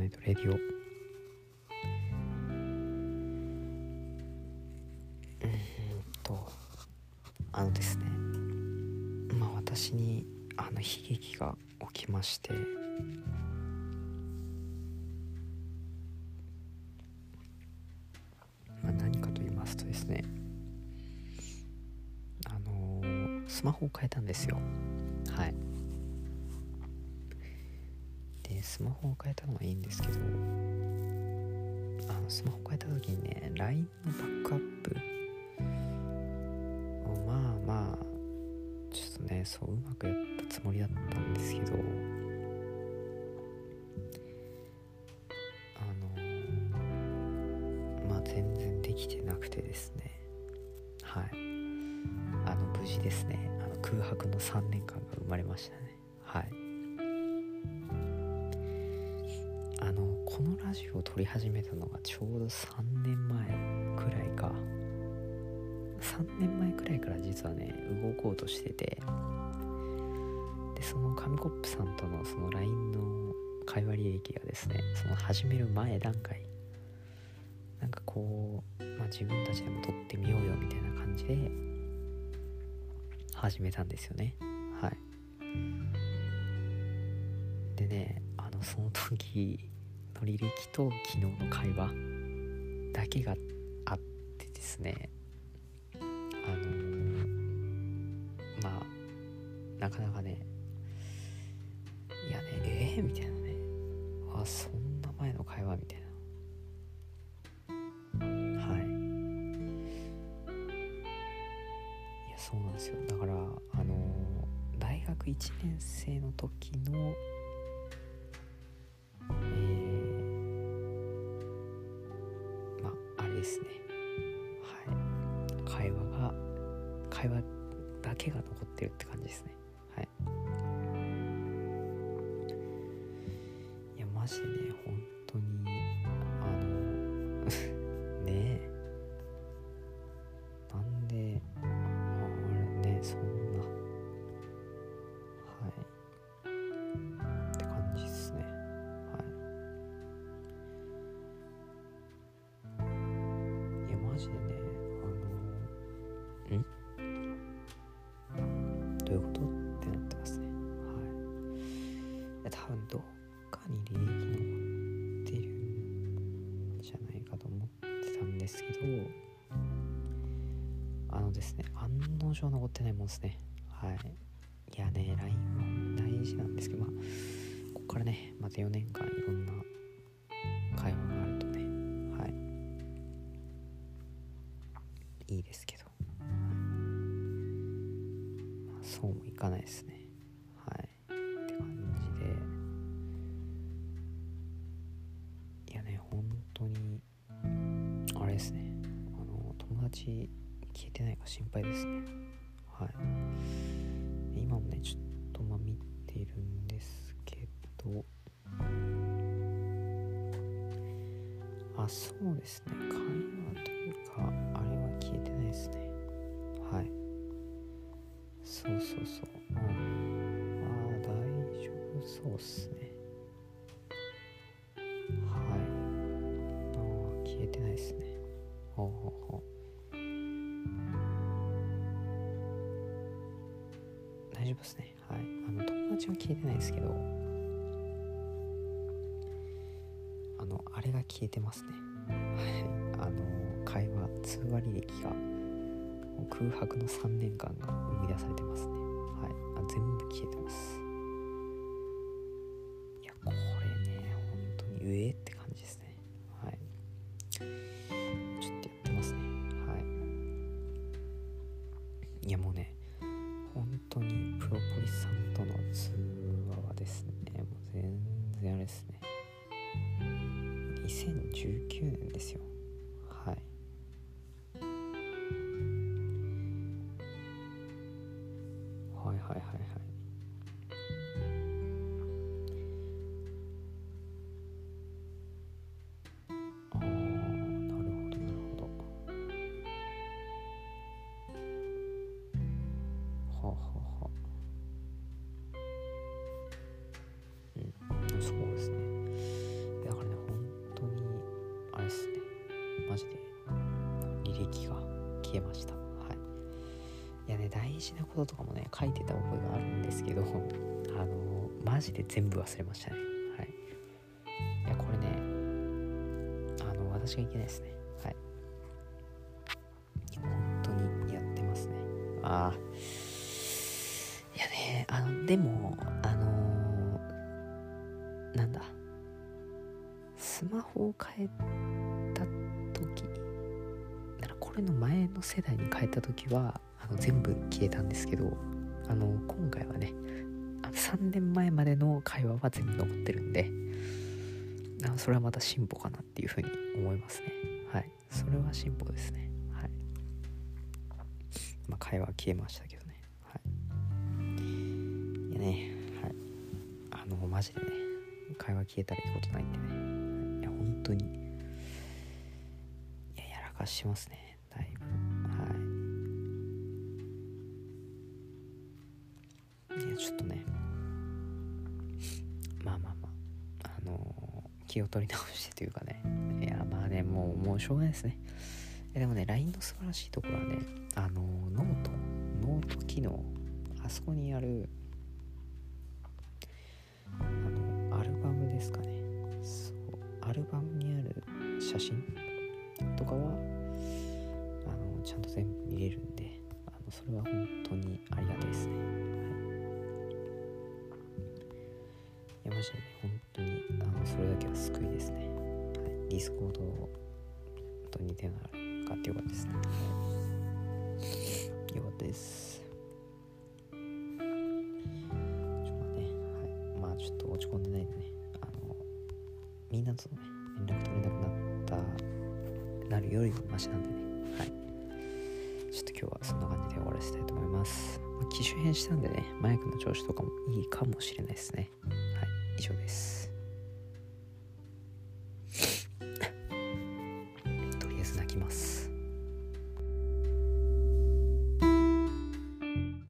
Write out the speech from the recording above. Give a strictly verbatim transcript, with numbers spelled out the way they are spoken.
ナイトレディオ。うーんとあのですねまあ私にあの悲劇が起きまして、まあ、何かと言いますとですねあのー、スマホを変えたんですよ。はい。でスマホを変えたのはいいんですけど、あのスマホを変えた時にね ライン のバックアップをまあまあちょっとねそううまくやったつもりだったんですけど、あのー、まあ全然できてなくてですね、はい、あの無事ですねあの空白のさんねんかんが生まれましたね。はい。あのこのラジオを撮り始めたのがちょうどさんねんまえくらいかさんねんまえくらいから実はね動こうとしてて、でその紙コップさんとのその ライン の会話履歴がですねその始める前段階なんかこう、まあ、自分たちでも撮ってみようよみたいな感じで始めたんですよね。はい。でねあのその時の履歴と昨日の会話だけがあってですね、あのー、まあなかなかねいやねえー、みたいなねあそんな前の会話みたいな。はい。いやそうなんですよ。だからあのー、大学いちねん生の時のですね、はい、会話が会話だけが残ってるって感じですね。はい。いやマジでね本当にあのねえなんであれねそんなはいって感じですね。マジでねあのんどういうことってなってますね。はい。多分どっかに履歴残ってるんじゃないかと思ってたんですけど、あのですね案の定残ってないもんですね。はい。いやね ライン は大事なんですけど、まあここからねまたよねんかんいろんな会話があるとねはいいいですけど、まあ、そうもいかないですね。はいって感じで、いやね本当にあれですねあの友達消えてないか心配ですね。はい。今もねちょっとまあ見てるんですけど、あそうですね会話というかあれは消えてないですね。はい。そうそうそう、うん、ああ大丈夫そうっすね。はい。ああ消えてないですね。ほうほうほう大丈夫ですね。はい。あの友達は消えてないですけどあのあれが消えてますね。はい。あの会話通話履歴が空白のさんねんかんが生み出されてますね。はい。あ全部消えてます。いやこれね本当にうえって感じですね。はい。ちょっとやってますね。はい。いやもうね本当にプロポリスさんとの通話はですねもう全然あれですねにせんじゅうきゅうねんですよ。はい。はいはいはいはい。ああなるほどなるほど。はあはあはあ。うんそうですね。だから消えました。はい。いやね、大事なこととかもね書いてた覚えがあるんですけど、あのマジで全部忘れましたね。はい。いやこれね、あの私がいけないですね。はい。本当にやってますね。ああ。いやね、あのでもあのー、なんだ。スマホを変えた時、だからこれの前の世代に変えた時はあの全部消えたんですけど、あの今回はね、あのさんねんまえまでの会話は全部残ってるんで、あのそれはまた進歩かなっていうふうに思いますね。はい、それは進歩ですね。はい。まあ会話は消えましたけどね。はい。いやね、はい。あのマジでね、会話消えたらいいことないんでね。本当にいややらかしますね、だいぶ。はい。いやちょっとね、まあまあまああのー、気を取り直してというかね、いやまあね、もうもうしょうがないですね。でもね ライン の素晴らしいところはね、あのー、ノートノート機能、あそこにあるあのアルバムですかね。そう、アルバムにある写真とかはあのちゃんと全部見れるんで、あのそれは本当にありがたいですね。はい、いやマジで、ね、本当にあのそれだけは救いですね。はい、ディスコードと似てるのがあってよかったですね。はい、よかったです。ちょっとね、はい、まあちょっと落ち込んでないんでね、あのみんなとね連絡取れなくなったなるよりもマシなんでね。はい、ちょっと今日はそんな感じで終わらせたいと思います。まあ、機種変したんでね、マイクの調子とかもいいかもしれないですね。はい、以上です。とりあえず泣きます。